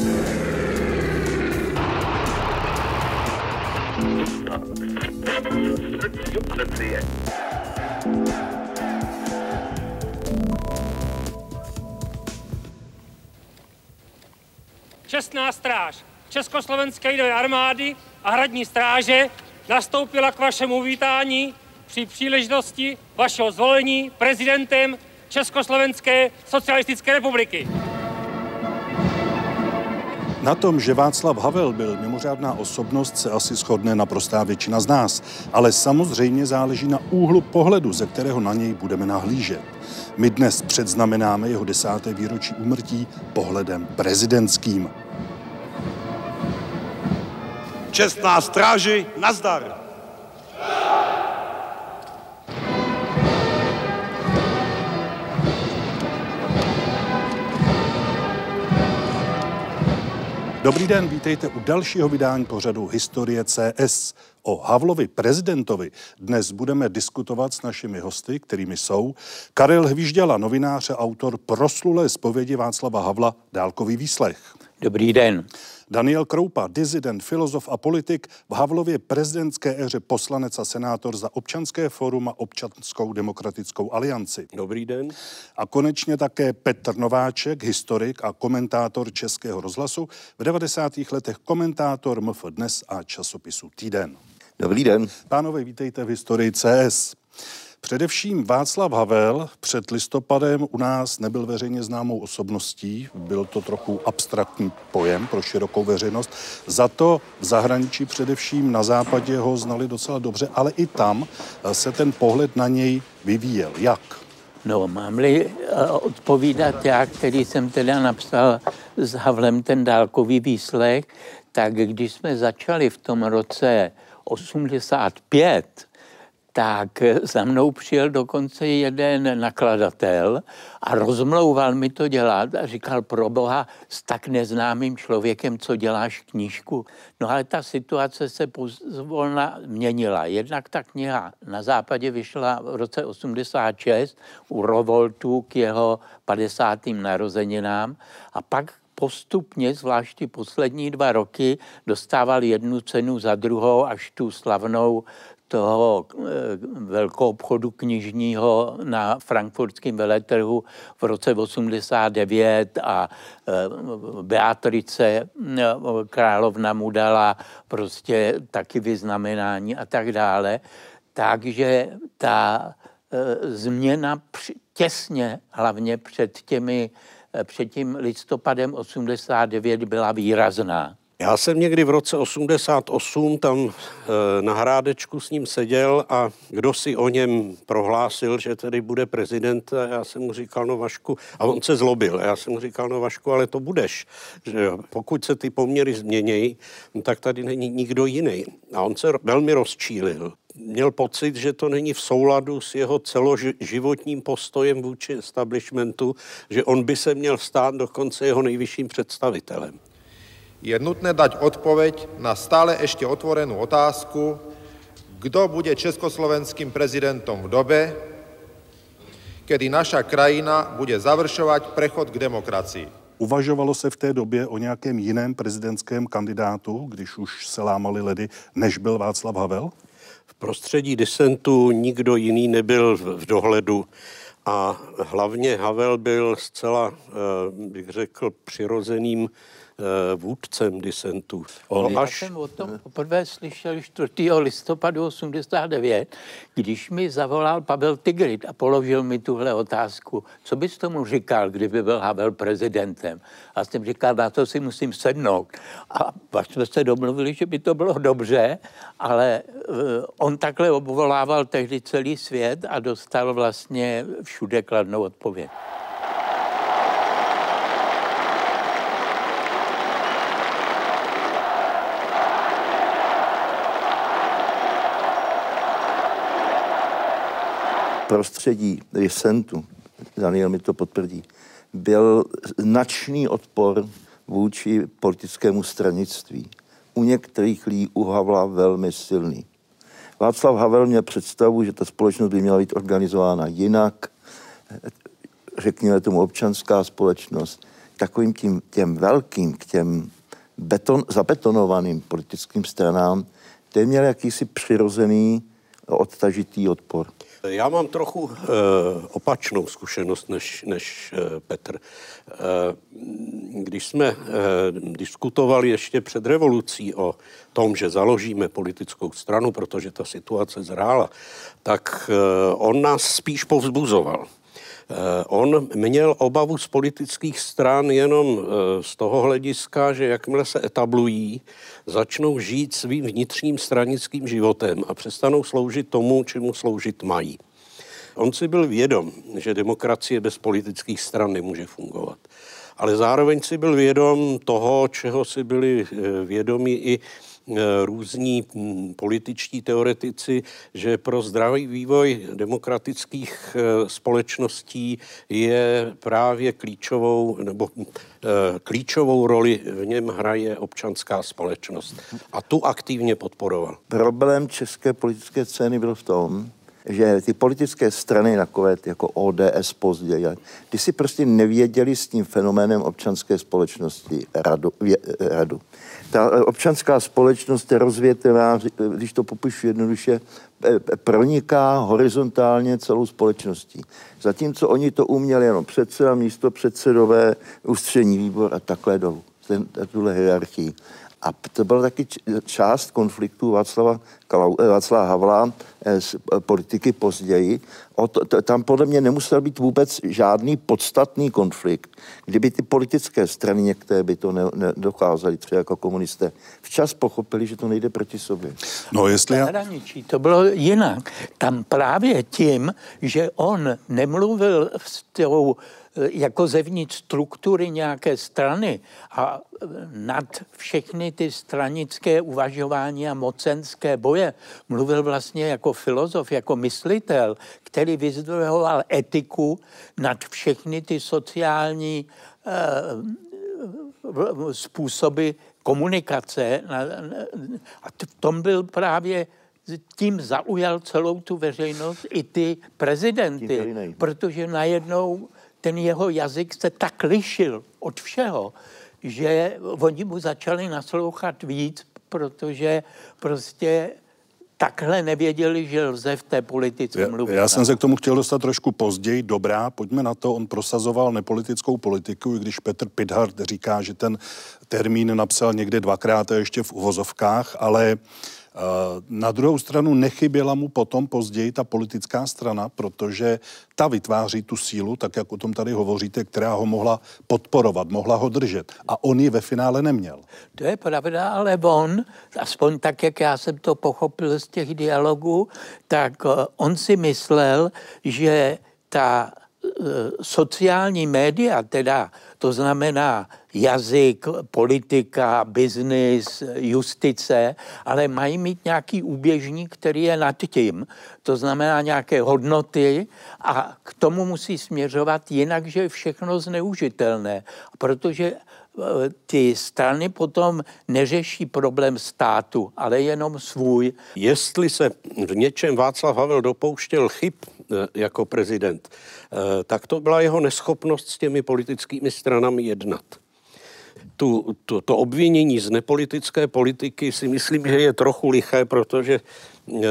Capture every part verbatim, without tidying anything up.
Čestná stráž Československé lidové armády a hradní stráže nastoupila k vašemu uvítání při příležitosti vašeho zvolení prezidentem Československé socialistické republiky. Na tom, že Václav Havel byl mimořádná osobnost, se asi shodne naprostá většina z nás. Ale samozřejmě záleží na úhlu pohledu, ze kterého na něj budeme nahlížet. My dnes předznamenáme jeho desáté výročí úmrtí pohledem prezidentským. Čestná stráži, nazdar! Dobrý den, vítejte u dalšího vydání pořadu Historie C S. O Havlovi prezidentovi dnes budeme diskutovat s našimi hosty, kterými jsou Karel Hvížděla, novinář a autor proslulé zpovědi Václava Havla Dálkový výslech. Dobrý den. Daniel Kroupa, dizident, filozof a politik, v Havlově prezidentské éře poslanec a senátor za Občanské fórum a Občanskou demokratickou alianci. Dobrý den. A konečně také Petr Nováček, historik a komentátor Českého rozhlasu, v devadesátých letech komentátor M F Dnes a časopisu Týden. Dobrý den. Pánové, vítejte v Historii C S. Především Václav Havel před listopadem u nás nebyl veřejně známou osobností, byl to trochu abstraktní pojem pro širokou veřejnost. Za to v zahraničí, především na západě, ho znali docela dobře, ale i tam se ten pohled na něj vyvíjel. Jak? No, mám-li odpovídat já, který jsem teda napsal s Havlem ten dálkový výslech, tak když jsme začali v tom roce osmdesát pět, tak za mnou přijel dokonce jeden nakladatel a rozmlouval mi to dělat a říkal, pro boha, s tak neznámým člověkem, co děláš knížku. No ale ta situace se pozvolna měnila. Jednak ta kniha na západě vyšla v roce osmdesát šest u Rovoltu k jeho padesátým narozeninám a pak postupně, zvláště poslední dva roky, dostával jednu cenu za druhou, až tu slavnou toho velkou obchodu knižního na frankfurtském veletrhu v roce osmdesát devět a Beatrice královna mu dala prostě taky vyznamenání a tak dále. Takže ta změna těsně, hlavně před těmi, před tím listopadem osmdesát devět byla výrazná. Já jsem někdy v roce osmdesát osm tam e, na Hrádečku s ním seděl a kdo si o něm prohlásil, že tedy bude prezident, a já jsem mu říkal, no Vašku, a on se zlobil, a já jsem mu říkal, no Vašku, ale to budeš, že jo, pokud se ty poměry změnějí, tak tady není nikdo jiný. A on se velmi rozčílil. Měl pocit, že to není v souladu s jeho celoživotním postojem vůči establishmentu, že on by se měl stát dokonce jeho nejvyšším představitelem. Je nutné dať odpoveď na stále ešte otvorenú otázku, kto bude československým prezidentom v dobe, kedy naša krajina bude završovať prechod k demokracii. Uvažovalo se v té době o nějakém jiném prezidentském kandidátu, když už se lámaly ledy, než byl Václav Havel? V prostředí disentu nikdo jiný nebyl v dohledu a hlavně Havel byl zcela, bych řekl, přirozeným vůdcem disentu. Já jsem o tom poprvé slyšel čtvrtého listopadu osmdesát devět, když mi zavolal Pavel Tigrit a položil mi tuhle otázku. Co bys tomu říkal, kdyby byl Havel prezidentem? A jsem říkal, na to si musím sednout. A pak jsme se domluvili, že by to bylo dobře, ale on takhle obvolával tehdy celý svět a dostal vlastně všude kladnou odpověď. Prostředí disentu, Daniel mi to potvrdí, byl značný odpor vůči politickému stranictví. U některých lidí u Havla velmi silný. Václav Havel měl představu, že ta společnost by měla být organizována jinak, řekněme tomu občanská společnost, takovým tím, těm velkým, k těm beton, zabetonovaným politickým stranám, ten měl jakýsi přirozený odtažitý odpor. Já mám trochu e, opačnou zkušenost než, než e, Petr. E, když jsme e, diskutovali ještě před revolucí o tom, že založíme politickou stranu, protože ta situace zrála, tak e, on nás spíš povzbuzoval. On měl obavu z politických stran jenom z toho hlediska, že jakmile se etablují, začnou žít svým vnitřním stranickým životem a přestanou sloužit tomu, čemu sloužit mají. On si byl vědom, že demokracie bez politických stran nemůže fungovat. Ale zároveň si byl vědom toho, čeho si byli vědomi i různí političtí teoretici, že pro zdravý vývoj demokratických společností je právě klíčovou, nebo klíčovou roli v něm hraje občanská společnost. A tu aktivně podporoval. Problém české politické scény byl v tom, že ty politické strany, takové jako O D S později, ty si prostě nevěděli s tím fenoménem občanské společnosti radu. Vě, radu. Ta občanská společnost je rozvětvá, když to popíšu jednoduše, proniká horizontálně celou společností. Zatímco oni to uměli jenom předseda, místo předsedové, ústřední výbor a takhle dolů. Ten, tuhle hierarchii. A to byla taky část konfliktu Václava, Klau, Václava Havla z politiky později. O to, to, tam podle mě nemusel být vůbec žádný podstatný konflikt. Kdyby ty politické strany, některé by to nedokázaly, třeba jako komunisté, včas pochopili, že to nejde proti sobě. No, jestli já... Zahraničí to bylo jinak. Tam právě tím, že on nemluvil s tou jako zevnitř struktury nějaké strany a nad všechny ty stranické uvažování a mocenské boje mluvil vlastně jako filozof, jako myslitel, který vyzdvihoval etiku nad všechny ty sociální eh, způsoby komunikace. A v tom byl právě, tím zaujal celou tu veřejnost i ty prezidenty, protože najednou ten jeho jazyk se tak lišil od všeho, že oni mu začali naslouchat víc, protože prostě takhle nevěděli, že lze v té politice mluvit. Já, já jsem se k tomu chtěl dostat trošku později. Dobrá, pojďme na to. On prosazoval nepolitickou politiku, i když Petr Pithart říká, že ten termín napsal někde dvakrát a ještě v uvozovkách, ale na druhou stranu nechyběla mu potom později ta politická strana, protože ta vytváří tu sílu, tak jak o tom tady hovoříte, která ho mohla podporovat, mohla ho držet. A on ji ve finále neměl. To je pravda, ale on, aspoň tak, jak já jsem to pochopil z těch dialogů, tak on si myslel, že ta sociální média, teda to znamená jazyk, politika, biznis, justice, ale mají mít nějaký úběžník, který je nad tím. To znamená nějaké hodnoty a k tomu musí směřovat, jinak, že je všechno zneužitelné. Protože ty strany potom neřeší problém státu, ale jenom svůj. Jestli se v něčem Václav Havel dopouštěl chyb jako prezident, tak to byla jeho neschopnost s těmi politickými stranami jednat. Tu, to, to obvinění z nepolitické politiky si myslím, že je trochu liché, protože e, e,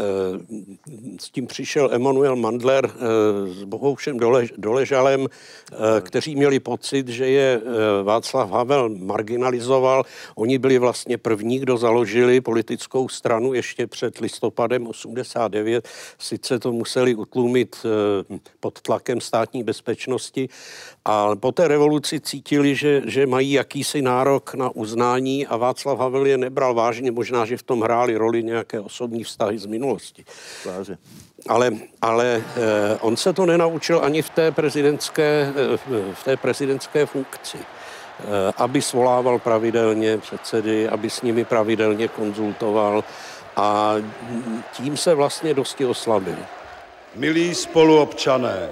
s tím přišel Emanuel Mandler e, s Bohoušem Dole, Doležalem, e, kteří měli pocit, že je e, Václav Havel marginalizoval. Oni byli vlastně první, kdo založili politickou stranu ještě před listopadem osmdesát devět. Sice to museli utlumit e, pod tlakem státní bezpečnosti, a po té revoluci cítili, že, že mají jakýsi nárok na uznání a Václav Havel je nebral vážně, možná, že v tom hráli roli nějaké osobní vztahy z minulosti. Váže. Ale, ale eh, on se to nenaučil ani v té prezidentské, eh, v té prezidentské funkci. Eh, aby svolával pravidelně předsedy, aby s nimi pravidelně konzultoval a tím se vlastně dosti oslabil. Milí spoluobčané,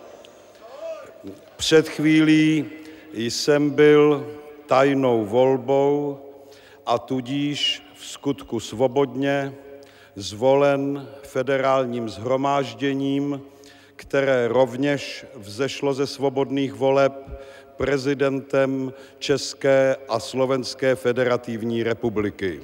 před chvílí jsem byl tajnou volbou a tudíž v skutku svobodně zvolen federálním shromážděním, které rovněž vzešlo ze svobodných voleb prezidentem České a Slovenské federativní republiky.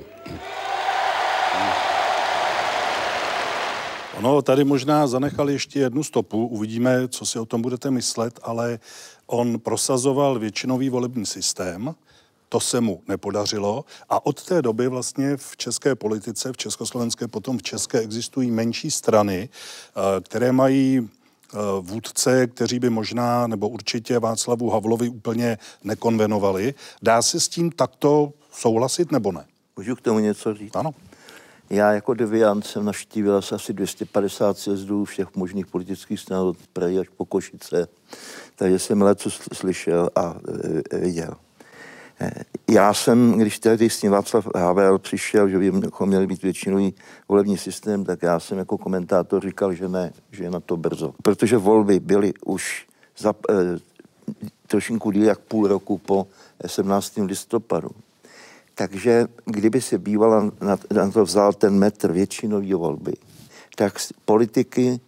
Ono tady možná zanechal ještě jednu stopu, uvidíme, co si o tom budete myslet, ale on prosazoval většinový volební systém, to se mu nepodařilo a od té doby vlastně v české politice, v československé, potom v české existují menší strany, které mají vůdce, kteří by možná nebo určitě Václavu Havlovi úplně nekonvenovali. Dá se s tím takto souhlasit nebo ne? Můžu k tomu něco říct? Ano. Já jako deviant jsem navštívil asi dvě stě padesát sjezdů všech možných politických stran od Prahy až po Košice, takže jsem leco slyšel a e, viděl. E, já jsem, když tehdy s tím Václav Havel přišel, že bychom měli být většinový volební systém, tak já jsem jako komentátor říkal, že ne, že je na to brzo. Protože volby byly už za, e, trošinku díl jak půl roku po sedmnáctého listopadu. Takže kdyby se bývala na, na to vzal ten metr většinový volby, tak politiky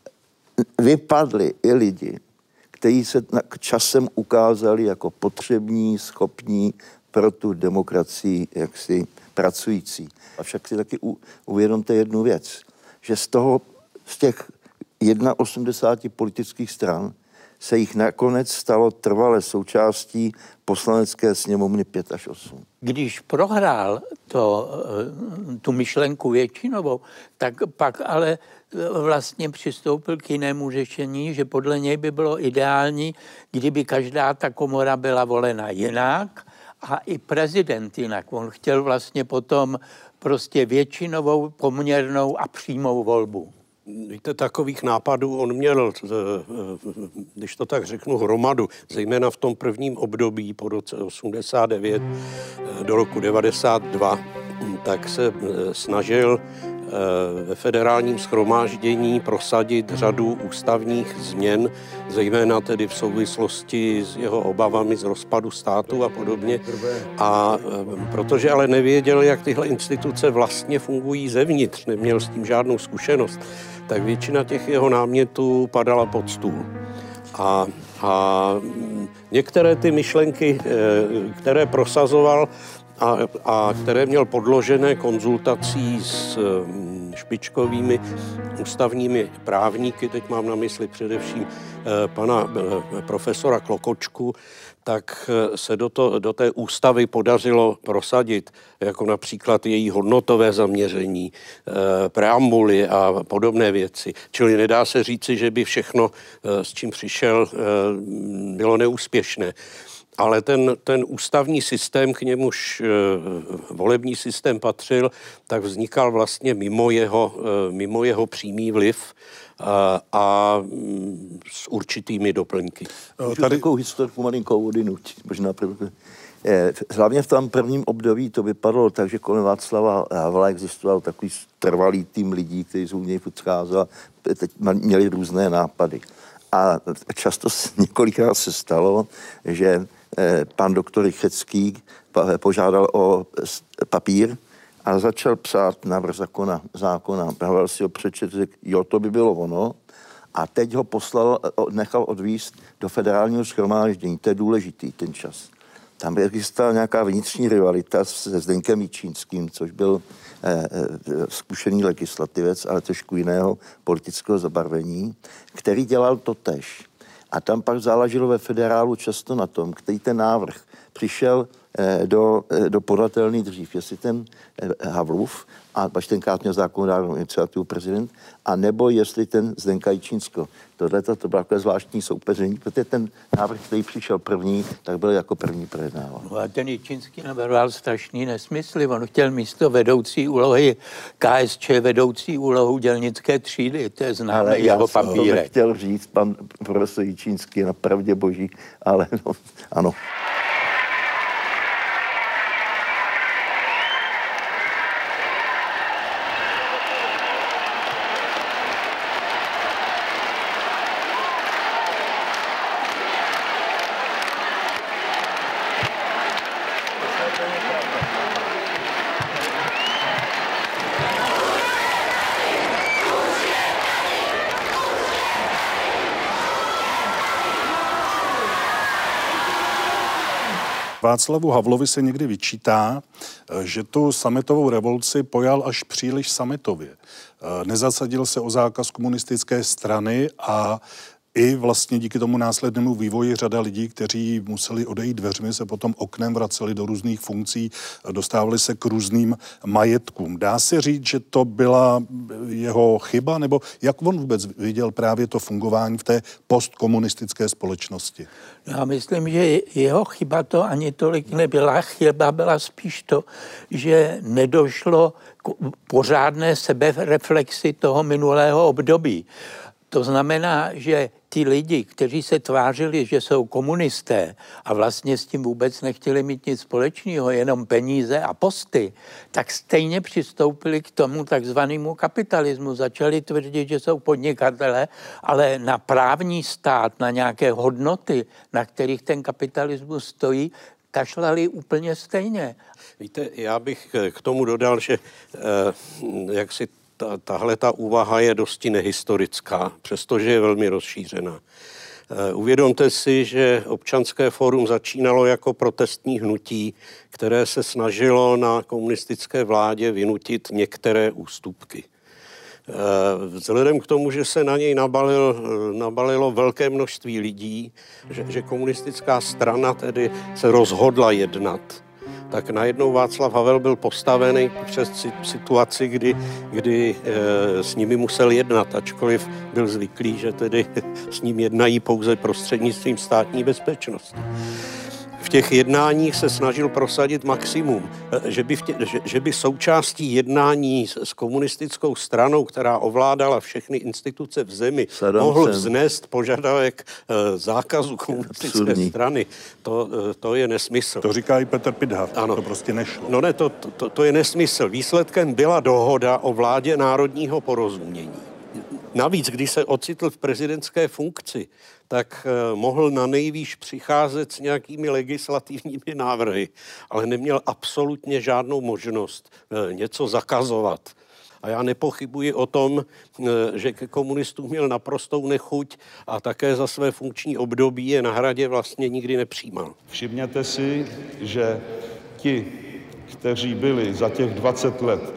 vypadly i lidi, kteří se časem ukázali jako potřební, schopní pro tu demokracii jaksi pracující. A však si taky u, uvědomte jednu věc, že z toho, z těch osmdesáti jedna politických stran se jich nakonec stalo trvalé součástí poslanecké sněmovny pět až osm. Když prohrál to, tu myšlenku většinovou, tak pak ale vlastně přistoupil k jinému řešení, že podle něj by bylo ideální, kdyby každá ta komora byla volena jinak a i prezident jinak. On chtěl vlastně potom prostě většinovou, poměrnou a přímou volbu. Víte, takových nápadů on měl, když to tak řeknu, hromadu, zejména v tom prvním období po roce osmdesát devět do roku devadesát dva, tak se snažil ve federálním shromáždění prosadit řadu ústavních změn, zejména tedy v souvislosti s jeho obavami z rozpadu státu a podobně. A protože ale nevěděl, jak tyhle instituce vlastně fungují zevnitř, neměl s tím žádnou zkušenost, tak většina těch jeho námětů padala pod stůl. A, a některé ty myšlenky, které prosazoval, A, a které měl podložené konzultací s špičkovými ústavními právníky, teď mám na mysli především pana profesora Klokočku, tak se do, to, do té ústavy podařilo prosadit, jako například její hodnotové zaměření, preambuly a podobné věci. Čili nedá se říci, že by všechno, s čím přišel, bylo neúspěšné. Ale ten, ten ústavní systém, k němuž e, volební systém patřil, tak vznikal vlastně mimo jeho, e, mimo jeho přímý vliv a, a m, s určitými doplňky. Můžu tady takovou historku malinkou odinut, možná první. Hlavně v tom prvním období to vypadalo tak, že kolem Václava Havla existoval takový trvalý tým lidí, kteří z něj odcházel, teď měli různé nápady. A často několikrát se stalo, že pan doktor Rychecký požádal o papír a začal psát návrh zákona. zákona. Havel si ho přečetl, řekl, jo, to by bylo ono. A teď ho poslal, nechal odvízt do federálního shromáždění. To je důležitý ten čas. Tam existovala nějaká vnitřní rivalita se Zdeňkem Jičínským, což byl eh, zkušený legislativec, ale trošku jiného politického zabarvení, který dělal totéž. A tam pak záleželo ve federálu často na tom, který ten návrh přišel eh, do, eh, do podatelný dřív, jestli ten eh, Havlův, a až tenkrát měl zákonodárnou iniciativu prezident, a nebo jestli ten Zdenka Jičínského. Tohle to bylo takové zvláštní soupeření, protože ten návrh, který přišel první, tak byl jako první projednáván. No a ten Jičínský navrhoval strašný nesmysly. On chtěl místo vedoucí úlohy K S Č vedoucí úlohu dělnické třídy. To je známé jeho papírek. Ale já chtěl říct pan profesor Jičínský na pravdě boží, ale no, ano. Václavu Havlovi se někdy vyčítá, že tu sametovou revoluci pojal až příliš sametově. Nezasadil se o zákaz komunistické strany a i vlastně díky tomu následnému vývoji řada lidí, kteří museli odejít dveřmi, se potom oknem vraceli do různých funkcí, dostávali se k různým majetkům. Dá se říct, že to byla jeho chyba, nebo jak on vůbec viděl právě to fungování v té postkomunistické společnosti? Já myslím, že jeho chyba to ani tolik nebyla. Chyba byla spíš to, že nedošlo k pořádné sebereflexi toho minulého období. To znamená, že ti lidi, kteří se tvářili, že jsou komunisté a vlastně s tím vůbec nechtěli mít nic společného, jenom peníze a posty, tak stejně přistoupili k tomu takzvanému kapitalismu. Začali tvrdit, že jsou podnikatele, ale na právní stát, na nějaké hodnoty, na kterých ten kapitalismus stojí, kašlali úplně stejně. Víte, já bych k tomu dodal, že eh, jak si Ta, tahle ta úvaha je dosti nehistorická, přestože je velmi rozšířená. E, uvědomte si, že Občanské fórum začínalo jako protestní hnutí, které se snažilo na komunistické vládě vynutit některé ústupky. E, vzhledem k tomu, že se na něj nabalil, nabalilo velké množství lidí, že, že komunistická strana tedy se rozhodla jednat, tak najednou Václav Havel byl postavený přes situaci, kdy, kdy e, s nimi musel jednat, ačkoliv byl zvyklý, že tedy s ním jednají pouze prostřednictvím státní bezpečnosti. V těch jednáních se snažil prosadit maximum, že by, tě, že, že by součástí jednání s, s komunistickou stranou, která ovládala všechny instituce v zemi, Sadam mohl sen. vznést požadavek e, zákazu komunistické Absurdní. strany. To, e, to je nesmysl. To říká i Petr Pidhav, ano. To prostě nešlo. No ne, to, to, to je nesmysl. Výsledkem byla dohoda o vládě národního porozumění. Navíc, když se ocitl v prezidentské funkci, tak eh, mohl na nejvýš přicházet s nějakými legislativními návrhy, ale neměl absolutně žádnou možnost eh, něco zakazovat. A já nepochybuji o tom, eh, že ke komunistům měl naprostou nechuť a také za své funkční období je na Hradě vlastně nikdy nepřijímal. Všimněte si, že ti, kteří byli za těch dvacet let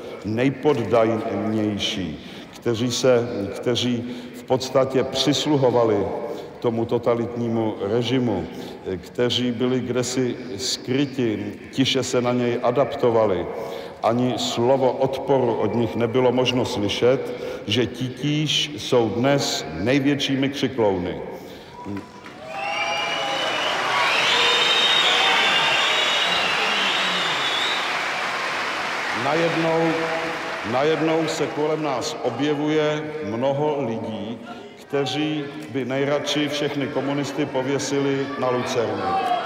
nejpoddajnější, kteří, se, kteří v podstatě přisluhovali tomu totalitnímu režimu, kteří byli kdesi skryti, tiše se na něj adaptovali, ani slovo odporu od nich nebylo možno slyšet, že titíž jsou dnes největšími křiklouny. Najednou, najednou se kolem nás objevuje mnoho lidí, kteří by nejradši všechny komunisty pověsili na lucerny.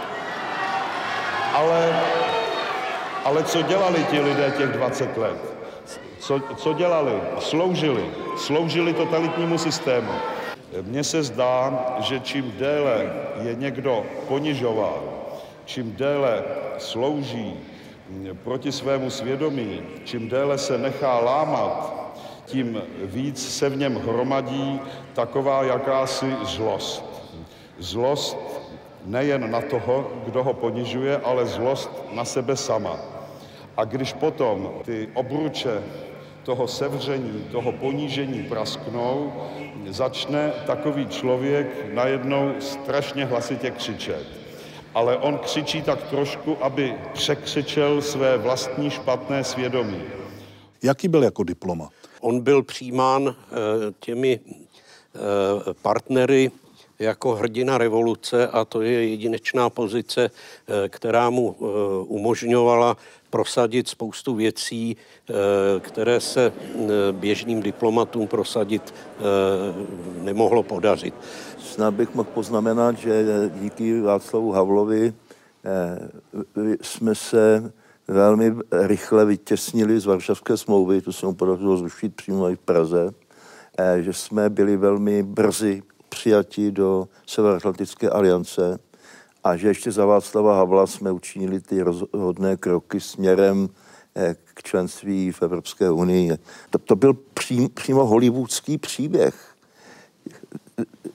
Ale, ale co dělali ti lidé těch dvacet let? Co, co dělali? Sloužili. Sloužili totalitnímu systému. Mně se zdá, že čím déle je někdo ponižován, čím déle slouží proti svému svědomí, čím déle se nechá lámat, tím víc se v něm hromadí taková jakási zlost. Zlost nejen na toho, kdo ho ponižuje, ale zlost na sebe sama. A když potom ty obruče toho sevření, toho ponížení prasknou, začne takový člověk najednou strašně hlasitě křičet. Ale on křičí tak trošku, aby překřičel své vlastní špatné svědomí. Jaký byl jako diplomat? On byl přijímán těmi partnery jako hrdina revoluce a to je jedinečná pozice, která mu umožňovala prosadit spoustu věcí, které se běžným diplomatům prosadit nemohlo podařit. Snad bych mohl poznamenat, že díky Václavu Havlovi jsme se velmi rychle vytěsnili z Varšavské smlouvy, to se mu podařilo zrušit přímo i v Praze, že jsme byli velmi brzy přijati do Severoatlantické aliance a že ještě za Václava Havla jsme učinili ty rozhodné kroky směrem k členství v Evropské unii. To, to byl přím, přímo hollywoodský příběh.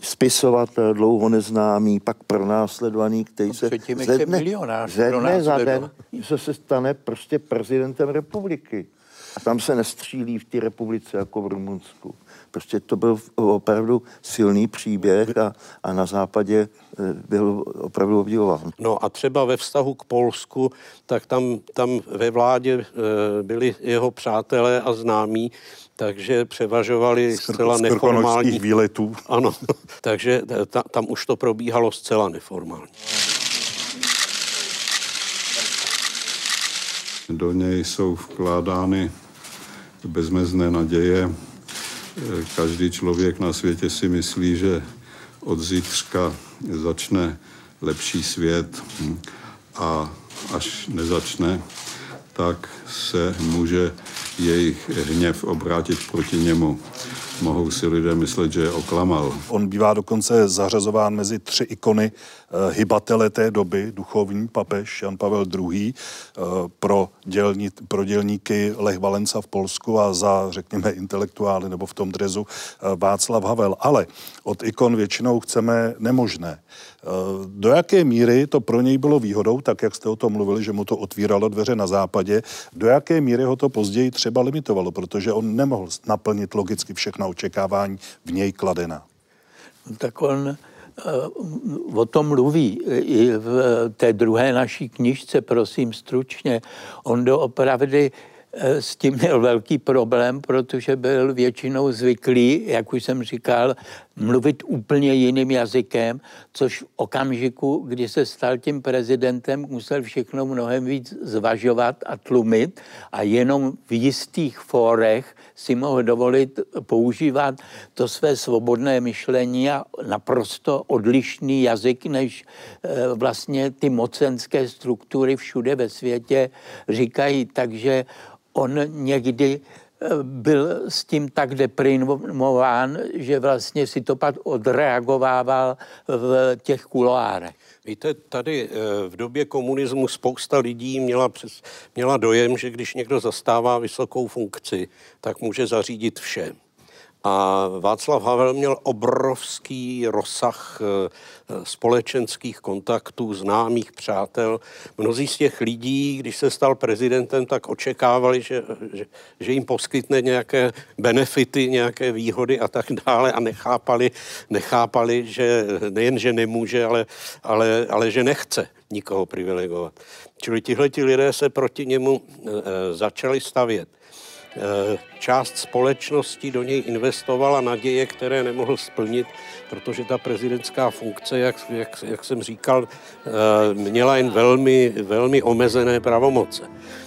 spisovatel, dlouho neznámý, pak pronásledovaný, který se ze dne, ze dne za den se, se stane prostě prezidentem republiky. A tam se nestřílí v té republice jako v Rumunsku. Prostě to byl opravdu silný příběh a, a na západě byl opravdu obdivován. No a třeba ve vztahu k Polsku, tak tam, tam ve vládě byli jeho přátelé a známí, takže převažovali zcela neformální výletů. Ano, takže ta, tam už to probíhalo zcela neformálně. Do něj jsou vkládány bezmezné naděje. Každý člověk na světě si myslí, že od zítřka začne lepší svět a až nezačne, tak se může jejich hněv obrátit proti němu. Mohou si lidé myslet, že je oklamal. On bývá dokonce zařazován mezi tři ikony uh, hybatele té doby, duchovní papež Jan Pavel druhý, uh, pro, dělní, pro dělníky Lech Valensa v Polsku a za, řekněme, intelektuály nebo v tom drezu uh, Václav Havel. Ale od ikon většinou chceme nemožné. Uh, do jaké míry to pro něj bylo výhodou, tak jak jste o tom mluvili, že mu to otvíralo dveře na západě, do jaké míry ho to později třeba limitovalo, protože on nemohl naplnit logicky všechno očekávání v něj kladená. Tak on uh, o tom mluví i v té druhé naší knižce, prosím stručně. On doopravdy s tím měl velký problém, protože byl většinou zvyklý, jak už jsem říkal, mluvit úplně jiným jazykem, což v okamžiku, kdy se stal tím prezidentem, musel všechno mnohem víc zvažovat a tlumit a jenom v jistých fórech si mohl dovolit používat to své svobodné myšlení a naprosto odlišný jazyk, než vlastně ty mocenské struktury všude ve světě říkají. Takže on někdy byl s tím tak deprimován, že vlastně si to pak odreagovával v těch kuloárech. Víte, tady v době komunismu spousta lidí měla, přes, měla dojem, že když někdo zastává vysokou funkci, tak může zařídit vše. A Václav Havel měl obrovský rozsah společenských kontaktů, známých, přátel. Mnozí z těch lidí, když se stal prezidentem, tak očekávali, že, že, že jim poskytne nějaké benefity, nějaké výhody a tak dále a nechápali, nechápali že nejen, že nemůže, ale, ale, ale že nechce nikoho privilegovat. Čili tihleti lidé se proti němu e, začali stavět. Část společnosti do něj investovala naděje, které nemohl splnit, protože ta prezidentská funkce, jak, jak, jak jsem říkal, měla jen velmi, velmi omezené pravomoce.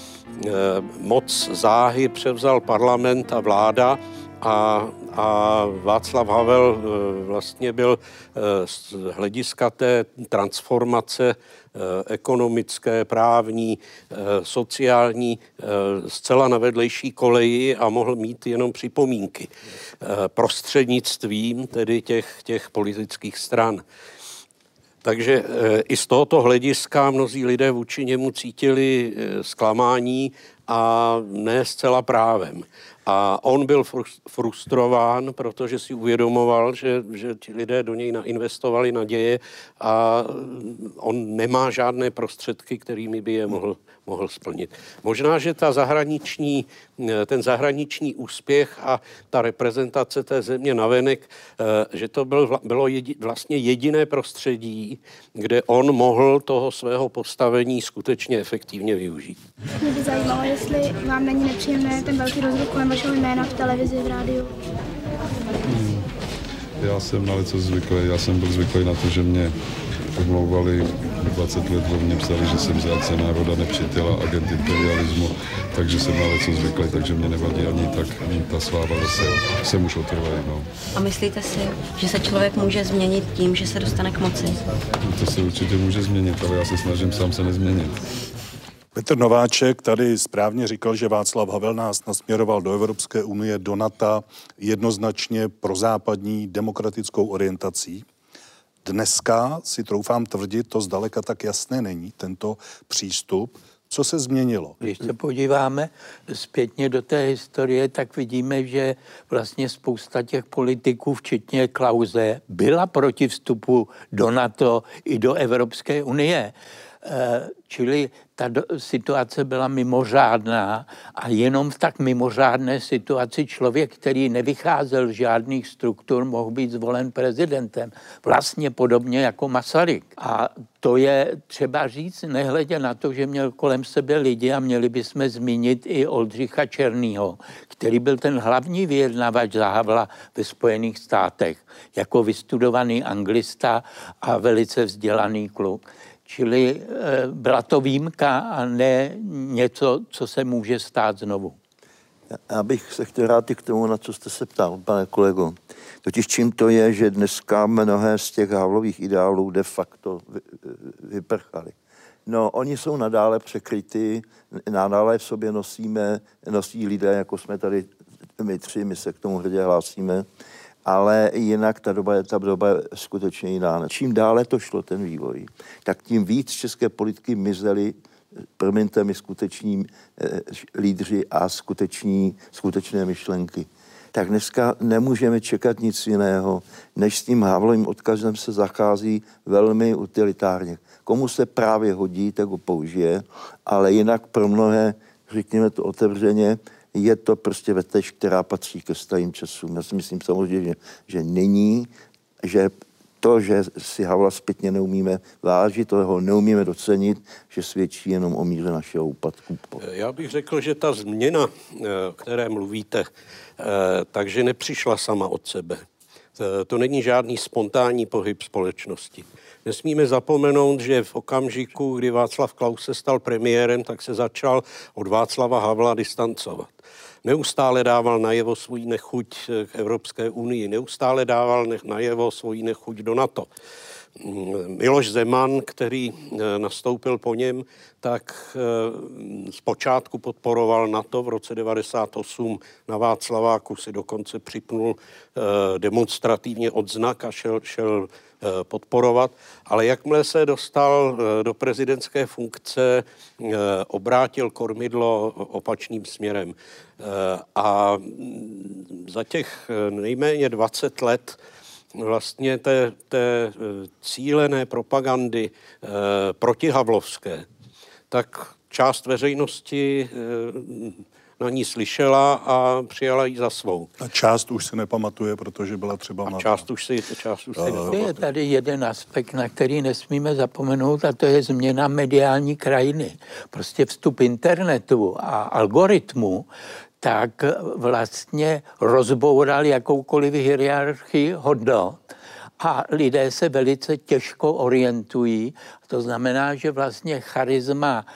Moc záhy převzal parlament a vláda a, a Václav Havel vlastně byl z hlediska té transformace ekonomické, právní, sociální zcela na vedlejší koleji a mohl mít jenom připomínky prostřednictvím tedy těch, těch politických stran. Takže i z tohoto hlediska mnozí lidé vůči němu cítili zklamání a ne zcela právem. A on byl frustrován, protože si uvědomoval, že, že ti lidé do něj nainvestovali naděje a on nemá žádné prostředky, kterými by je mohl, mohl splnit. Možná, že ta zahraniční, ten zahraniční úspěch a ta reprezentace té země navenek, že to byl, bylo jedi, vlastně jediné prostředí, kde on mohl toho svého postavení skutečně efektivně využít. Mě by zajímalo, jestli vám není nepříjemné ten velký rozruch kolem vašeho jména v televizi, v rádiu. Hmm. Já jsem na něco zvyklý. Já jsem byl zvyklý na to, že mě pomlouvali dvacet let, o mě psali, že jsem zrádce národa, nepřítel, agent imperialismu, takže jsem na něco zvyklý, takže mě nevadí ani tak ani ta sláva zase. Jsem už otrvalý, no. A myslíte si, že se člověk může změnit tím, že se dostane k moci? To se určitě může změnit, ale já se snažím sám se nezměnit. Petr Nováček tady správně říkal, že Václav Havel nás nasměroval do Evropské unie, do NATO, jednoznačně prozápadní demokratickou orientací. Dneska si troufám tvrdit, to zdaleka tak jasné není, tento přístup. Co se změnilo? Když se podíváme zpětně do té historie, tak vidíme, že vlastně spousta těch politiků, včetně Klause, byla proti vstupu do NATO i do Evropské unie. Čili ta do, situace byla mimořádná a jenom v tak mimořádné situaci člověk, který nevycházel z žádných struktur, mohl být zvolen prezidentem. Vlastně podobně jako Masaryk. A to je třeba říct, nehledě na to, že měl kolem sebe lidi a měli bychom zmínit i Oldřicha Černýho, který byl ten hlavní vyjednavač za Havla ve Spojených státech, jako vystudovaný anglista a velice vzdělaný kluk. Čili e, byla to výjimka a ne něco, co se může stát znovu. Já bych se chtěl rád i k tomu, na co jste se ptal, pane kolego. Totiž čím to je, že dneska mnohé z těch Havlových ideálů de facto vy, vyprchaly. No, oni jsou nadále překrytí, nadále v sobě nosíme, nosí lidé, jako jsme tady my tři, my se k tomu hrdě hlásíme, ale jinak ta doba je, ta doba je skutečně jiná. Čím dále to šlo, ten vývoj, tak tím víc české politiky mizely, promiňte mi, skuteční eh, lídři a skuteční, skutečné myšlenky. Tak dneska nemůžeme čekat nic jiného, než s tím Havlovým odkazem se zachází velmi utilitárně. Komu se právě hodí, tak ho použije, ale jinak pro mnohé, řekněme to otevřeně, je to prostě vetež, která patří ke starým časům. Já si myslím samozřejmě, že není, že to, že si Havla zpětně neumíme vážit, to ho neumíme docenit, že svědčí jenom o míře našeho úpadku. Já bych řekl, že ta změna, o které mluvíte, takže nepřišla sama od sebe. To není žádný spontánní pohyb společnosti. Nesmíme zapomenout, že v okamžiku, kdy Václav Klaus se stal premiérem, tak se začal od Václava Havla distancovat. Neustále dával najevo svou nechuť k Evropské unii, neustále dával najevo svou nechuť do NATO. Miloš Zeman, který nastoupil po něm, tak zpočátku podporoval NATO, v roce devadesát osm na Václaváku si dokonce připnul demonstrativně odznak a šel, šel podporovat, ale jakmile se dostal do prezidentské funkce, obrátil kormidlo opačným směrem. A za těch nejméně dvacet let vlastně té, té cílené propagandy eh, protihavlovské, tak část veřejnosti eh, na ní slyšela a přijala ji za svou. A část už se nepamatuje, protože byla třeba mladá. A část už si, část už si nepamatuje. Je tady jeden aspekt, na který nesmíme zapomenout, a to je změna mediální krajiny. Prostě vstup internetu a algoritmu tak vlastně rozboural jakoukoliv hierarchii hodnot a lidé se velice těžko orientují. To znamená, že vlastně charisma,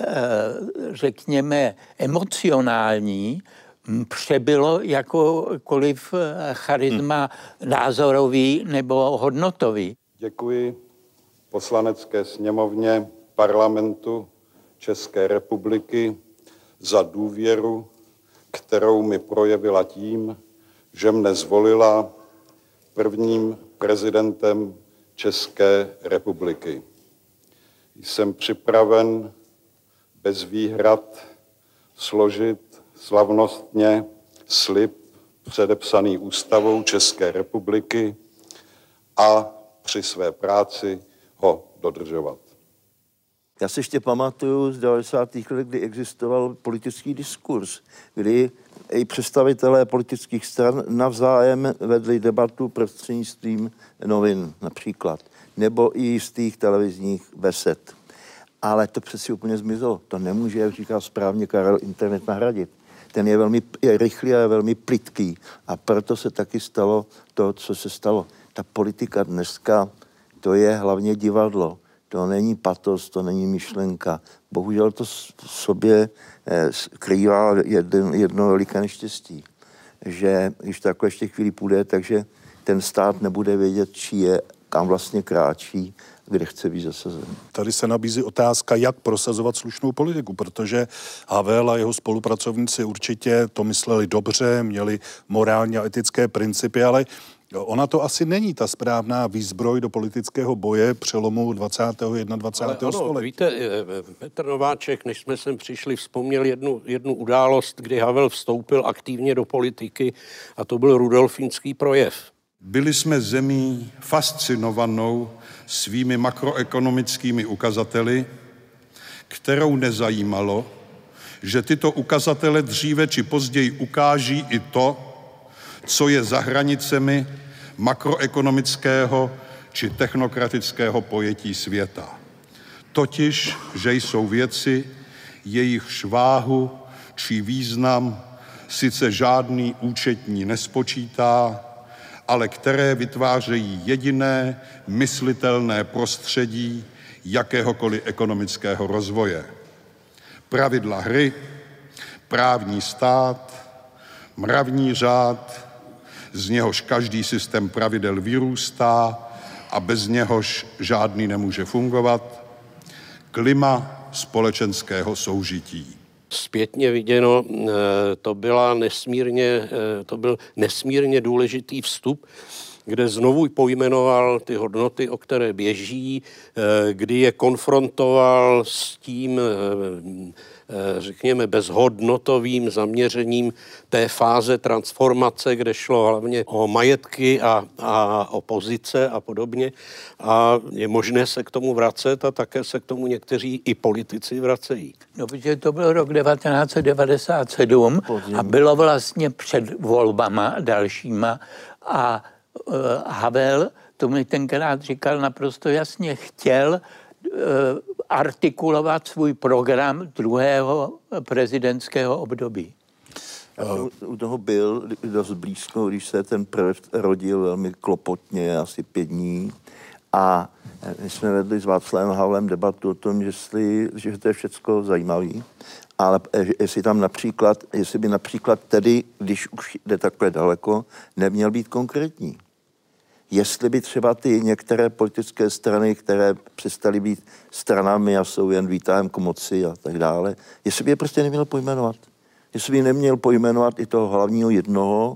řekněme, emocionální přebylo jakoukoliv charisma hmm. názorový nebo hodnotový. Děkuji Poslanecké sněmovně Parlamentu České republiky za důvěru, kterou mi projevila tím, že mne zvolila prvním prezidentem České republiky. Jsem připraven bez výhrad složit slavnostně slib předepsaný ústavou České republiky a při své práci ho dodržovat. Já si ještě pamatuju z devadesátých let, kdy existoval politický diskurs, kdy i představitelé politických stran navzájem vedli debatu prostřednictvím novin například, nebo i jistých televizních besed. Ale to přeci úplně zmizelo. To nemůže, jak říká správně Karel, internet nahradit. Ten je velmi je rychlý a je velmi plytký. A proto se taky stalo to, co se stalo. Ta politika dneska, to je hlavně divadlo. To není patos, to není myšlenka. Bohužel to v sobě skrývá jedno, jedno veliké neštěstí. Že když takhle ještě chvíli půjde, takže ten stát nebude vědět, čí je, kam vlastně kráčí, kde chce být zasazen. Tady se nabízí otázka, jak prosazovat slušnou politiku, protože Havel a jeho spolupracovníci určitě to mysleli dobře, měli morálně a etické principy, ale Ona to asi není ta správná výzbroj do politického boje přelomu dvacátého a dvacátého Ale ano, století. víte, Petr Nováček, než jsme sem přišli, vzpomněl jednu, jednu událost, kdy Havel vstoupil aktivně do politiky, a to byl Rudolfínský projev. Byli jsme zemí fascinovanou svými makroekonomickými ukazateli, kterou nezajímalo, že tyto ukazatele dříve či později ukáží i to, co je za hranicemi makroekonomického či technokratického pojetí světa. Totiž, že jsou věci, jejichž váhu či význam sice žádný účetní nespočítá, ale které vytvářejí jediné myslitelné prostředí jakéhokoliv ekonomického rozvoje. Pravidla hry, právní stát, mravní řád, z něhož každý systém pravidel vyrůstá a bez něhož žádný nemůže fungovat, klima společenského soužití. Zpětně viděno, to, byla nesmírně, to byl nesmírně důležitý vstup, kde znovu pojmenoval ty hodnoty, o které běží, kdy je konfrontoval s tím, řekněme, bezhodnotovým zaměřením té fáze transformace, kde šlo hlavně o majetky a, a o pozice a podobně. A je možné se k tomu vracet a také se k tomu někteří i politici vracejí. No, protože to byl rok devatenáct set devadesát sedm a bylo vlastně před volbama dalšíma a uh, Havel, to mi tenkrát říkal naprosto jasně, chtěl uh, artikulovat svůj program druhého prezidentského období. Já u toho byl dost blízko, když se ten projekt rodil velmi klopotně, asi pět dní. A my jsme vedli s Václavem Havlem debatu o tom, jestli, že to je všecko zajímavý, ale jestli tam například, jestli by například tedy, když už jde takhle daleko, neměl být konkrétní. Jestli by třeba ty některé politické strany, které přestaly být stranami a jsou jen výtahem k moci a tak dále, jestli by je prostě neměl pojmenovat. Jestli by neměl pojmenovat i toho hlavního jednoho,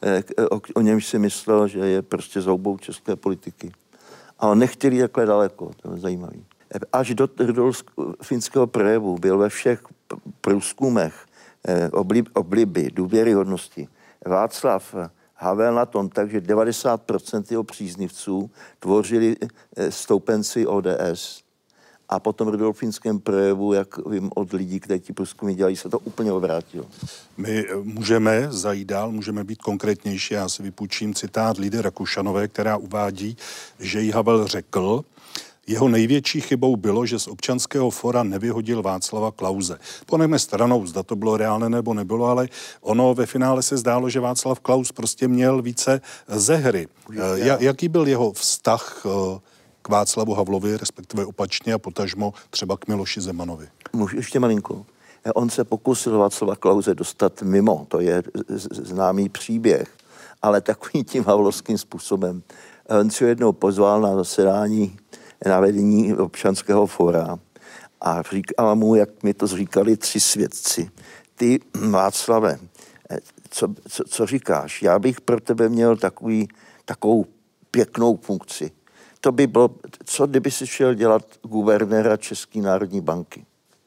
o, o němž si myslel, že je prostě zoubou české politiky. Ale nechtěli takhle daleko, to je zajímavé. Až do rudolfínského projevu byl ve všech průzkumech oblib, obliby, důvěryhodnosti Václav Havel na tom tak, že devadesát procent jeho příznivců tvořili stoupenci O D S. A po tom rudolfínském projevu, jak vím od lidí, kteří ti průzkumy dělají, se to úplně obrátilo. My můžeme zajít dál, můžeme být konkrétnější. Já si vypůjčím citát Lidy Rakušanové, která uvádí, že jí Havel řekl, jeho největší chybou bylo, že z Občanského fóra nevyhodil Václava Klause. Ponechme stranou, zda to bylo reálné nebo nebylo, ale ono ve finále se zdálo, že Václav Klaus prostě měl více ze hry. Jaký byl jeho vztah k Václavu Havlovi, respektive opačně a potažmo třeba k Miloši Zemanovi? Můžu ještě malinko. On se pokusil Václava Klause dostat mimo, to je známý příběh, ale takovým tím havlovským způsobem. On si ho jednou pozval na zasedání na vedení Občanského fóra a říkal mu, jak mi to říkali tři svědci. Ty, Václave, co, co, co říkáš? Já bych pro tebe měl takový, takovou pěknou funkci. To by bylo, co kdyby si šel dělat guvernéra České národní banky.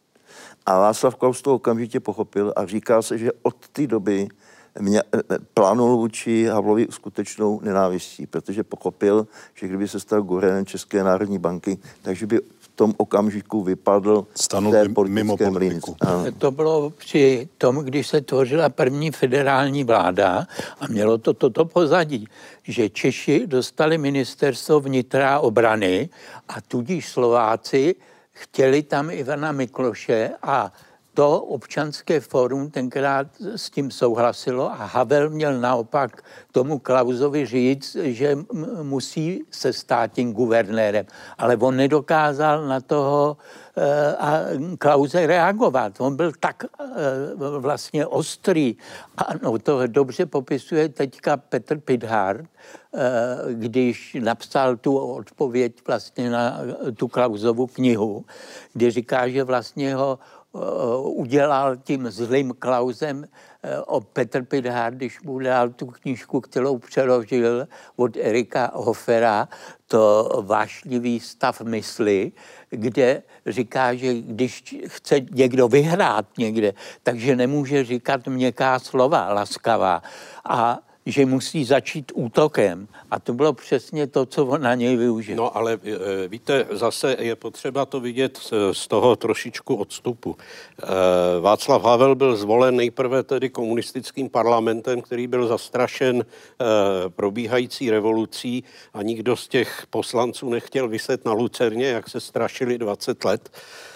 A Václav Klaus to okamžitě pochopil a říká se, že od té doby mě plánul vůči Havlovi skutečnou nenávistí, protože pochopil, že kdyby se stal guvernérem České národní banky, takže by v tom okamžiku vypadl Stanul z té mimo politiku. To bylo při tom, když se tvořila první federální vláda a mělo to toto pozadí, že Češi dostali ministerstvo vnitra a obrany a tudíž Slováci chtěli tam Ivana Mikloše a to Občanské fórum tenkrát s tím souhlasilo a Havel měl naopak tomu Klausovi říct, že musí se stát tím guvernérem. Ale on nedokázal na toho uh, a Klause reagovat. On byl tak uh, vlastně ostrý. Ano, to dobře popisuje teďka Petr Pithart, uh, když napsal tu odpověď vlastně na tu Klausovu knihu, kde říká, že vlastně ho udělal tím zlým Klausem o Petr Pithár, když mu dal tu knížku, kterou přeložil od Erika Hofera, to vášnivý stav mysli, kde říká, že když chce někdo vyhrát někde, takže nemůže říkat měkká slova, laskavá. A že musí začít útokem. A to bylo přesně to, co on na něj využil. No ale víte, zase je potřeba to vidět z toho trošičku odstupu. Václav Havel byl zvolen nejprve tedy komunistickým parlamentem, který byl zastrašen probíhající revolucí a nikdo z těch poslanců nechtěl viset na lucerně, jak se strašili dvacet let.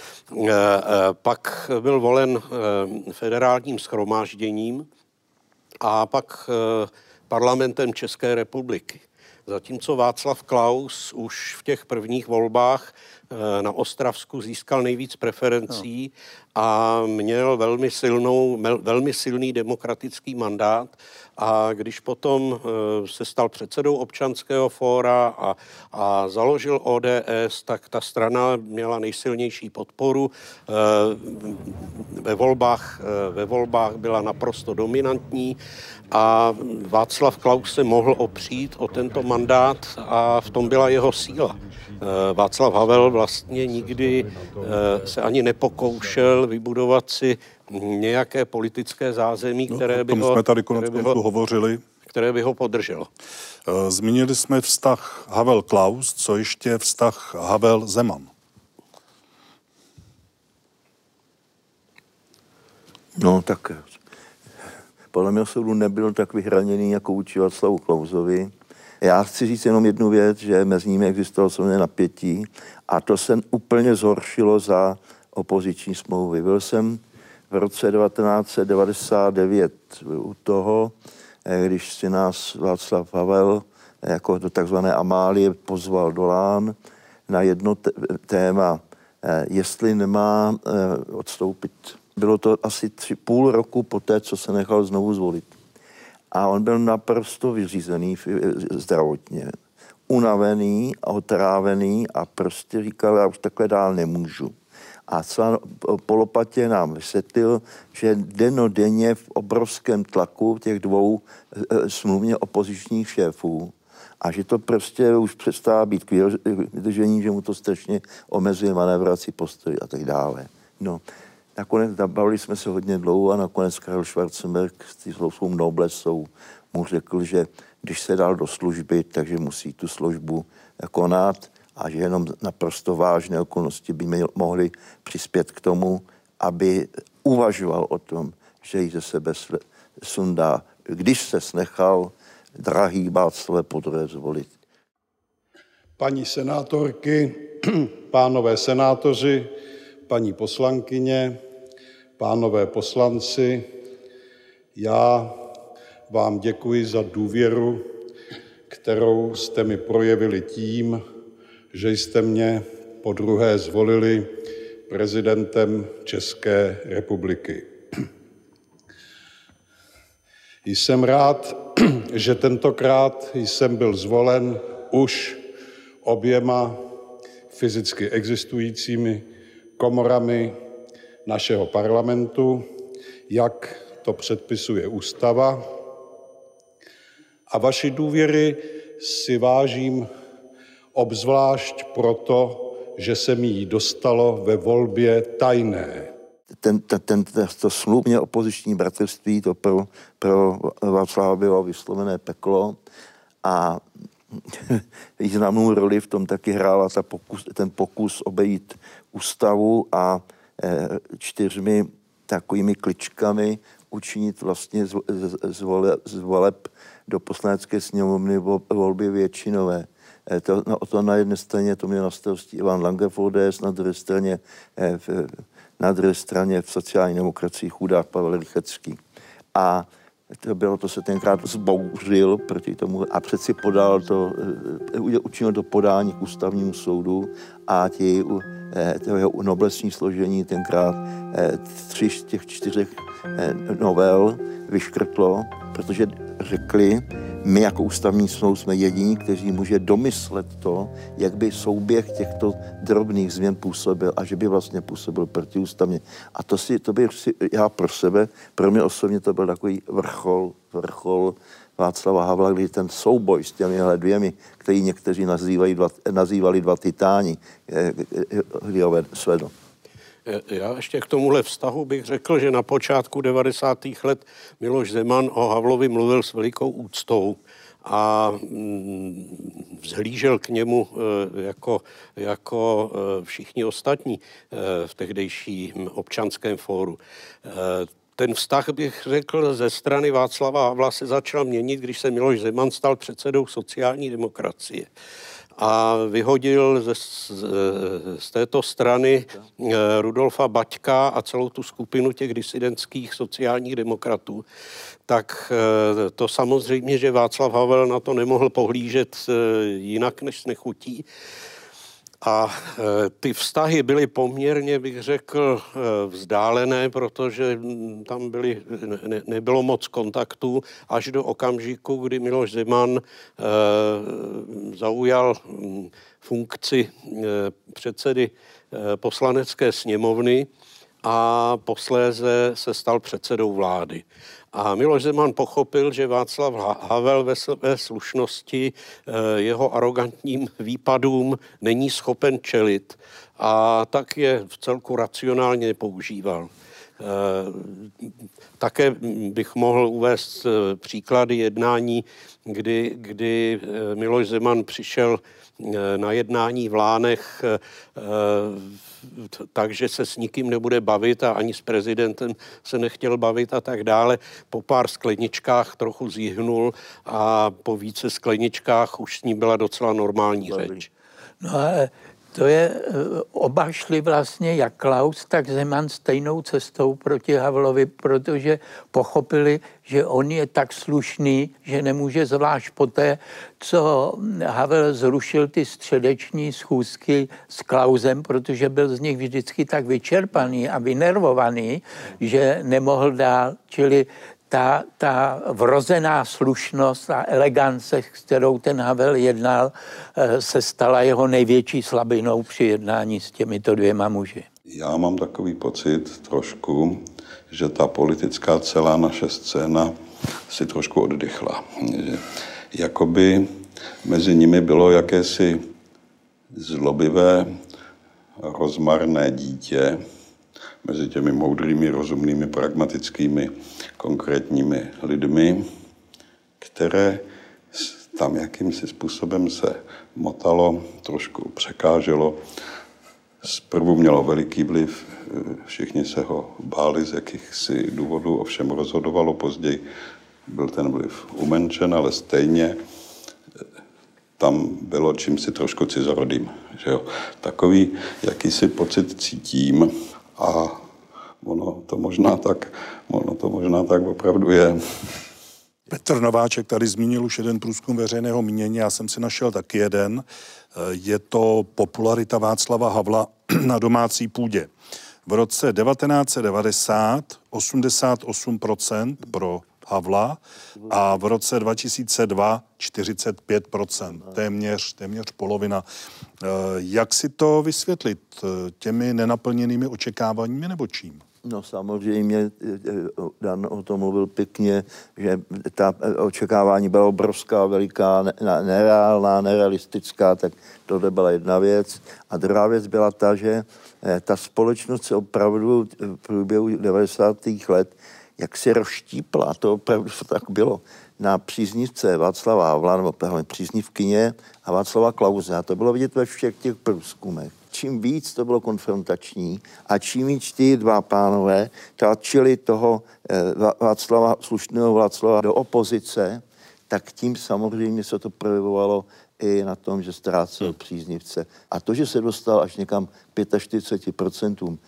Pak byl volen federálním shromážděním a pak parlamentem České republiky. Zatímco Václav Klaus už v těch prvních volbách na Ostravsku získal nejvíc preferencí a měl velmi silnou, velmi silný demokratický mandát. A když potom se stal předsedou Občanského fóra a, a založil O D S, tak ta strana měla nejsilnější podporu. Ve volbách, ve volbách byla naprosto dominantní a Václav Klaus se mohl opřít o tento mandát a v tom byla jeho síla. Václav Havel vlastně nikdy se ani nepokoušel vybudovat si nějaké politické zázemí, které by ho, jsme tady konec které by konců ho, hovořili. které by ho podrželo. Zmínili jsme vztah Havel-Klaus, co ještě vztah Havel-Zeman? No tak podle mého soudu nebyl tak vyhraněný jako vůči Václavu Klausovi. Já chci říct jenom jednu věc, že mezi nimi existovalo samozřejmě napětí a to se úplně zhoršilo za opoziční smlouvy. Byl jsem v roce devatenáct set devadesát devět u toho, když si nás Václav Havel jako do takzvané Amálie pozval do Lán na jedno téma, jestli nemá odstoupit. Bylo to asi tři, půl roku poté, co se nechal znovu zvolit. A on byl naprosto vyřízený zdravotně, unavený a otrávený a prostě říkal, já už takhle dál nemůžu. A celá po lopatě nám vysvětlil, že dennodenně v obrovském tlaku těch dvou smluvně opozičních šéfů a že to prostě už přestává být k vydržení, že mu to strašně omezuje manévrací postoj a tak dále. No, nakonec bavili jsme se hodně dlouho a nakonec Karel Schwarzenberg s svou noblesou mu řekl, že když se dal do služby, takže musí tu službu konat a že jenom naprosto vážné okolnosti by mohly přispět k tomu, aby uvažoval o tom, že ji ze sebe sundá, když se snechal drahý Václav podruhé zvolit. Paní senátorky, pánové senátoři, paní poslankyně, pánové poslanci, já vám děkuji za důvěru, kterou jste mi projevili tím, že jste mě podruhé zvolili prezidentem České republiky. Jsem rád, že tentokrát jsem byl zvolen už oběma fyzicky existujícími komorami našeho parlamentu, jak to předpisuje ústava. A vaši důvěry si vážím obzvlášť proto, že se mi jí dostalo ve volbě tajné. Ten, ten, ten, to smluvně opoziční bratrství, to pro, pro Václava bylo vyslovené peklo a významnou roli v tom taky hrála ta pokus, ten pokus obejít ústavu a e, čtyřmi takovými kličkami učinit vlastně z, z, z, vole, z voleb do poslanecké sněmovny volby většinové. E, to, no, to na jedné straně to měl na starosti Ivan Lange v O D S, na druhé straně e, v, na druhé straně v sociální demokracii chudák Pavel Rychecký. A to bylo, to se tenkrát zbouřil proti tomu a přeci podal to, učinil to podání k ústavnímu soudu a ti, to jeho noblesní složení tenkrát tři z těch čtyřech novel vyškrtlo, protože řekli, My jako ústavní soud jsme jediní, kteří může domyslet to, jak by souběh těchto drobných změn působil a že by vlastně působil protiústavně. A to si, to bych si, já pro sebe, pro mě osobně to byl takový vrchol, vrchol Václava Havla, kdy ten souboj s těmihle dvěmi, který někteří nazývají dva, nazývali dva titáni, kdy ho svedl. Já ještě k tomuhle vztahu bych řekl, že na počátku devadesátých let Miloš Zeman o Havlovi mluvil s velikou úctou a vzhlížel k němu jako, jako všichni ostatní v tehdejším Občanském fóru. Ten vztah, bych řekl, ze strany Václava Havla se začal měnit, když se Miloš Zeman stal předsedou sociální demokracie a vyhodil ze, z, z této strany Rudolfa Baťka a celou tu skupinu těch disidentských sociálních demokratů, tak to samozřejmě, že Václav Havel na to nemohl pohlížet jinak než s nechutí. A ty vztahy byly poměrně, bych řekl, vzdálené, protože tam byly, ne, nebylo moc kontaktů až do okamžiku, kdy Miloš Zeman e, zaujal funkci e, předsedy e, poslanecké sněmovny a posléze se stal předsedou vlády. A Miloš Zeman pochopil, že Václav Havel ve své slušnosti jeho arrogantním výpadům není schopen čelit a tak je v celku racionálně používal. Také bych mohl uvést příklady jednání, kdy, kdy Miloš Zeman přišel na jednání v Lánech, takže se s nikým nebude bavit a ani s prezidentem se nechtěl bavit a tak dále. Po pár skleničkách trochu zjihnul a po více skleničkách už s ním byla docela normální řeč. No ale to je, oba šli vlastně jak Klaus, tak Zeman stejnou cestou proti Havlovi, protože pochopili, že on je tak slušný, že nemůže, zvlášť poté, co Havel zrušil ty středeční schůzky s Klausem, protože byl z nich vždycky tak vyčerpaný a vynervovaný, že nemohl dál, čili Ta, ta vrozená slušnost a elegance, s kterou ten Havel jednal, se stala jeho největší slabinou při jednání s těmito dvěma muži. Já mám takový pocit trošku, že ta politická celá naše scéna si trošku oddychla. Že jakoby mezi nimi bylo jakési zlobivé, rozmarné dítě, mezi těmi moudrými, rozumnými, pragmatickými, konkrétními lidmi, které tam jakýmsi způsobem se motalo, trošku překáželo. Zprvu mělo veliký vliv, všichni se ho báli z jakýchsi důvodů, ovšem rozhodovalo, později byl ten vliv umenšen, ale stejně tam bylo čímsi trošku cizorodým. Že jo? Takový jakýsi pocit cítím, a ono to možná tak, ono to možná tak opravdu je. Petr Nováček tady zmínil už jeden průzkum veřejného mínění, já jsem si našel taky jeden. Je to popularita Václava Havla na domácí půdě. V roce devatenáct set devadesát osmdesát osm procent pro Havla a v roce dva tisíce dva čtyřicet pět procent, téměř, téměř polovina. Jak si to vysvětlit? Těmi nenaplněnými očekáváními nebo čím? No samozřejmě, Dan o tom mluvil pěkně, že ta očekávání byla obrovská, veliká, nereálná, nerealistická, tak tohle byla jedna věc. A druhá věc byla ta, že ta společnost se opravdu v průběhu devadesátých let jak se rozštípla, to opravdu tak bylo, na příznivce Václava Havla, nebo příznivkyně a Václava Klause. A to bylo vidět ve všech těch průzkumech. Čím víc to bylo konfrontační a čím víc ti dva pánové tlačili toho Václava, slušného Václava do opozice, tak tím samozřejmě se to projevovalo i na tom, že ztrácel příznivce. A to, že se dostal až někam čtyřicet pět procent,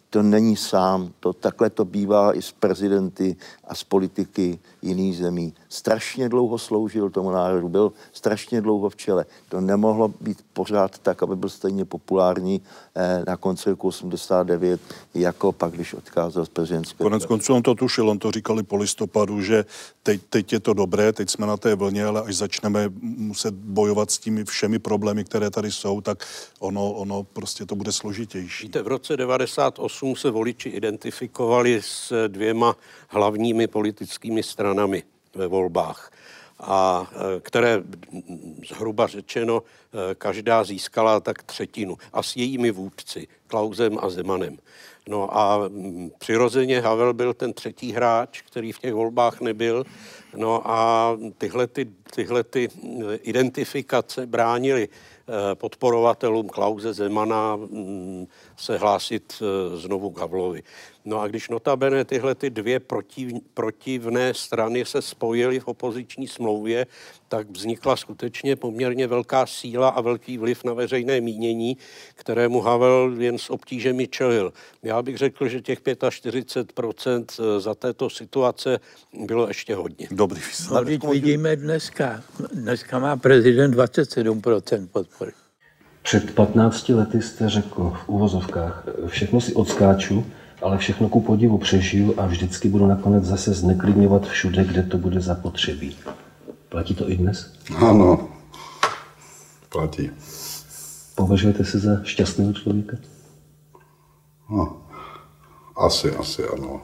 to není sám. To, takhle to bývá i s prezidenty a s politiky jiných zemí. Strašně dlouho sloužil tomu národu, byl strašně dlouho v čele. To nemohlo být pořád tak, aby byl stejně populární eh, na konci roku osmdesát devět, jako pak, když odcházel z prezidentské. Konec konců on to tušil, on to říkali po listopadu, že teď, teď je to dobré, teď jsme na té vlně, ale až začneme muset bojovat s těmi všemi problémy, které tady jsou, tak ono, ono prostě to bude složitější. Víte, v roce devadesát osm se voliči identifikovali s dvěma hlavními politickými stranami ve volbách, a které zhruba řečeno každá získala tak třetinu. A s jejími vůdci, Klausem a Zemanem. No a přirozeně Havel byl ten třetí hráč, který v těch volbách nebyl. No a tyhle, ty, tyhle ty identifikace bránily podporovatelům Klause Zemana se hlásit znovu k Havlovi. No a když notabene tyhle ty dvě protiv, protivné strany se spojily v opoziční smlouvě, tak vznikla skutečně poměrně velká síla a velký vliv na veřejné mínění, kterému Havel jen s obtížemi čelil. Já bych řekl, že těch čtyřicet pět procent za této situace bylo ještě hodně. Dobrý výsledek. Vidíme dneska. Dneska má prezident dvacet sedm procent podpory. Před patnácti lety jste řekl v úvozovkách, všechno si odskáču, ale všechno ku podivu přežiju a vždycky budu nakonec zase zneklidňovat všude, kde to bude zapotřebí. Platí to i dnes? Ano, platí. Považujete se za šťastného člověka? No, asi, asi ano.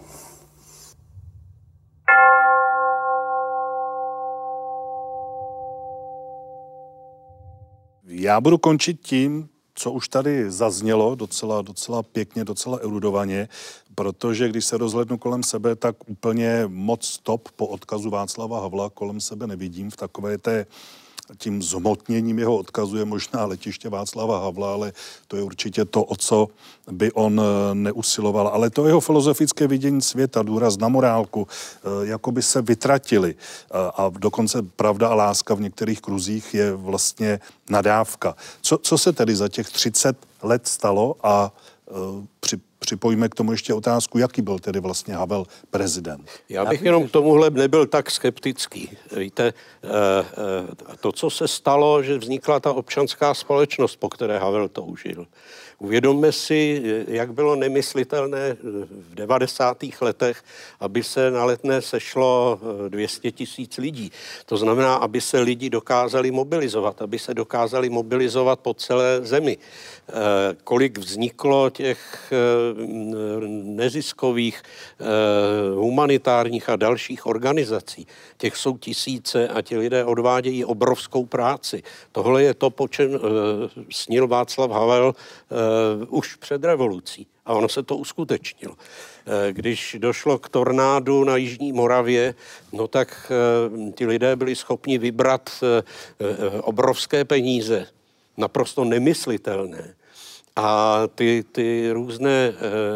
Já budu končit tím, co už tady zaznělo docela, docela pěkně, docela erudovaně, protože když se rozhlednu kolem sebe, tak úplně moc stop po odkazu Václava Havla kolem sebe nevidím v takové té, tím zhmotněním jeho odkazu je možná letiště Václava Havla, ale to je určitě to, o co by on neusiloval. Ale to jeho filozofické vidění světa, důraz na morálku, jako by se vytratili. A dokonce pravda a láska v některých kruzích je vlastně nadávka. Co, co se tedy za těch třicet let stalo a při Připojíme k tomu ještě otázku, jaký byl tedy vlastně Havel prezident. Já bych jenom k tomuhle nebyl tak skeptický. Víte, to, co se stalo, že vznikla ta občanská společnost, po které Havel toužil. Uvědomme si, jak bylo nemyslitelné v devadesátých letech, aby se na Letné sešlo dvě stě tisíc lidí. To znamená, aby se lidi dokázali mobilizovat, aby se dokázali mobilizovat po celé zemi. Kolik vzniklo těch neziskových, humanitárních a dalších organizací. Těch jsou tisíce a ti lidé odvádějí obrovskou práci. Tohle je to, po čem snil Václav Havel už před revolucí. A ono se to uskutečnilo. Když došlo k tornádu na Jižní Moravě, no tak ti lidé byli schopni vybrat obrovské peníze, naprosto nemyslitelné. A ty, ty různé e,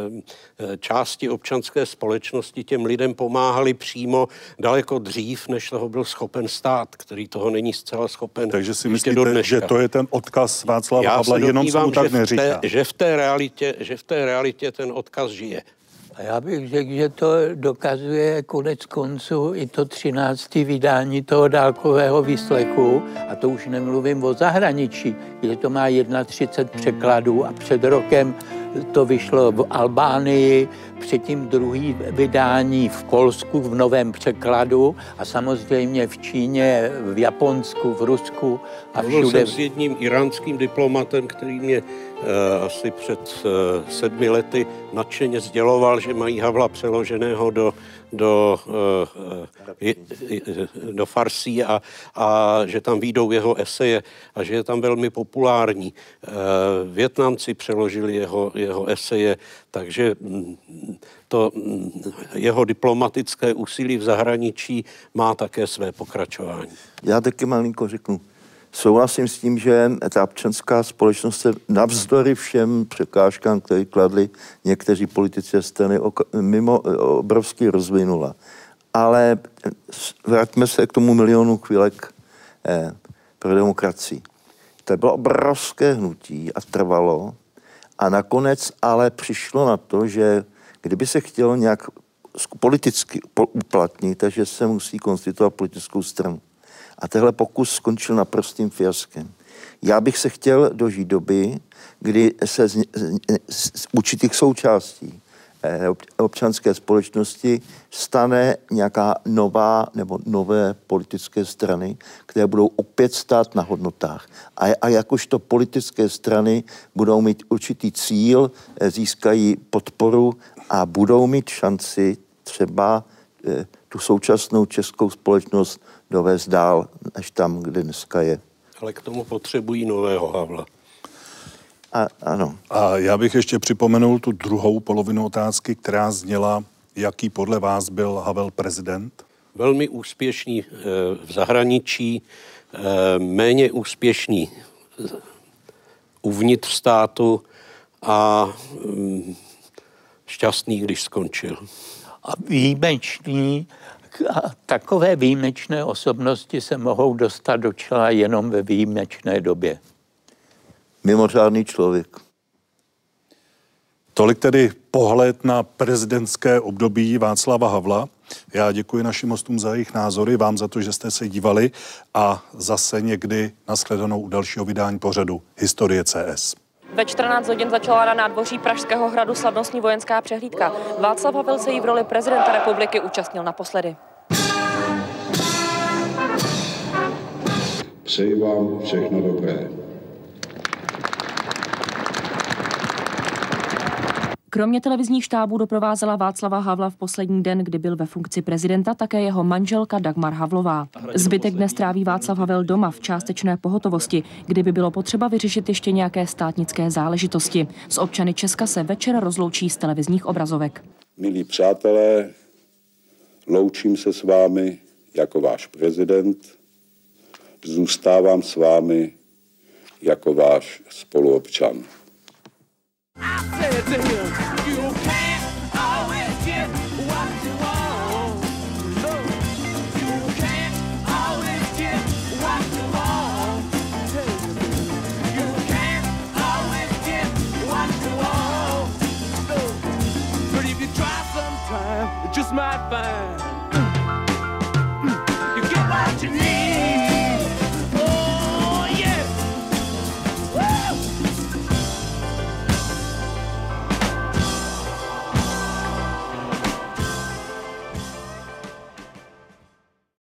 části občanské společnosti těm lidem pomáhali přímo daleko dřív, než toho byl schopen stát, který toho není zcela schopen. Takže si myslíte, že to je ten odkaz Václava Havla, jenom se mu tak neříká? Že v té, že v té realitě, že v té realitě ten odkaz žije. A já bych řekl, že to dokazuje konec konců i to třinácté vydání toho dálkového výslechu, a to už nemluvím o zahraničí, kde to má třicet jedna překladů a před rokem to vyšlo v Albánii, předtím druhý vydání v Polsku v novém překladu a samozřejmě v Číně, v Japonsku, v Rusku a všude. Mluvil jsem s jedním iránským diplomatem, který mě uh, asi před uh, sedmi lety nadšeně sděloval, že mají Havla přeloženého do, do, uh, do farsí a, a že tam výjdou jeho eseje a že je tam velmi populární. Uh, Vietnamci přeložili jeho, jeho eseje, takže to jeho diplomatické úsilí v zahraničí má také své pokračování. Já taky malinko řeknu. Souhlasím s tím, že ta občanská společnost se navzdory všem překážkám, které kladly někteří politici a strany, mimo obrovsky rozvinula. Ale vraťme se k tomu milionu chvílek eh, pro demokracii. To bylo obrovské hnutí a trvalo. A nakonec ale přišlo na to, že kdyby se chtělo nějak politicky uplatnit, takže se musí konstituovat politickou stranu. A tenhle pokus skončil naprostým fiaskem. Já bych se chtěl dožít doby, kdy se z, z, z určitých součástí občanské společnosti stane nějaká nová nebo nové politické strany, které budou opět stát na hodnotách. A, a jakožto politické strany budou mít určitý cíl, získají podporu a budou mít šanci třeba eh, tu současnou českou společnost dovést dál, až tam, kde dneska je. Ale k tomu potřebují nového Havla. A, ano. A já bych ještě připomenul tu druhou polovinu otázky, která zněla, jaký podle vás byl Havel prezident? Velmi úspěšný v zahraničí, méně úspěšný uvnitř státu a šťastný, když skončil. A výjimečný, a takové výjimečné osobnosti se mohou dostat do čela jenom ve výjimečné době. Mimořádný člověk. Tolik tedy pohled na prezidentské období Václava Havla. Já děkuji našim hostům za jejich názory, vám za to, že jste se dívali a zase někdy nashledanou u dalšího vydání pořadu Historie C S. Ve čtrnáct hodin začala na nádvoří Pražského hradu slavnostní vojenská přehlídka. Václav Havel se jí v roli prezidenta republiky účastnil naposledy. Přeji vám všechno dobré. Kromě televizních štábů doprovázela Václava Havla v poslední den, kdy byl ve funkci prezidenta, také jeho manželka Dagmar Havlová. Zbytek dne stráví Václav Havel doma v částečné pohotovosti, kdyby bylo potřeba vyřešit ještě nějaké státnické záležitosti. S občany Česka se večer rozloučí z televizních obrazovek. Milí přátelé, loučím se s vámi jako váš prezident. Zůstávám s vámi jako váš spoluobčan. I said to him, you can't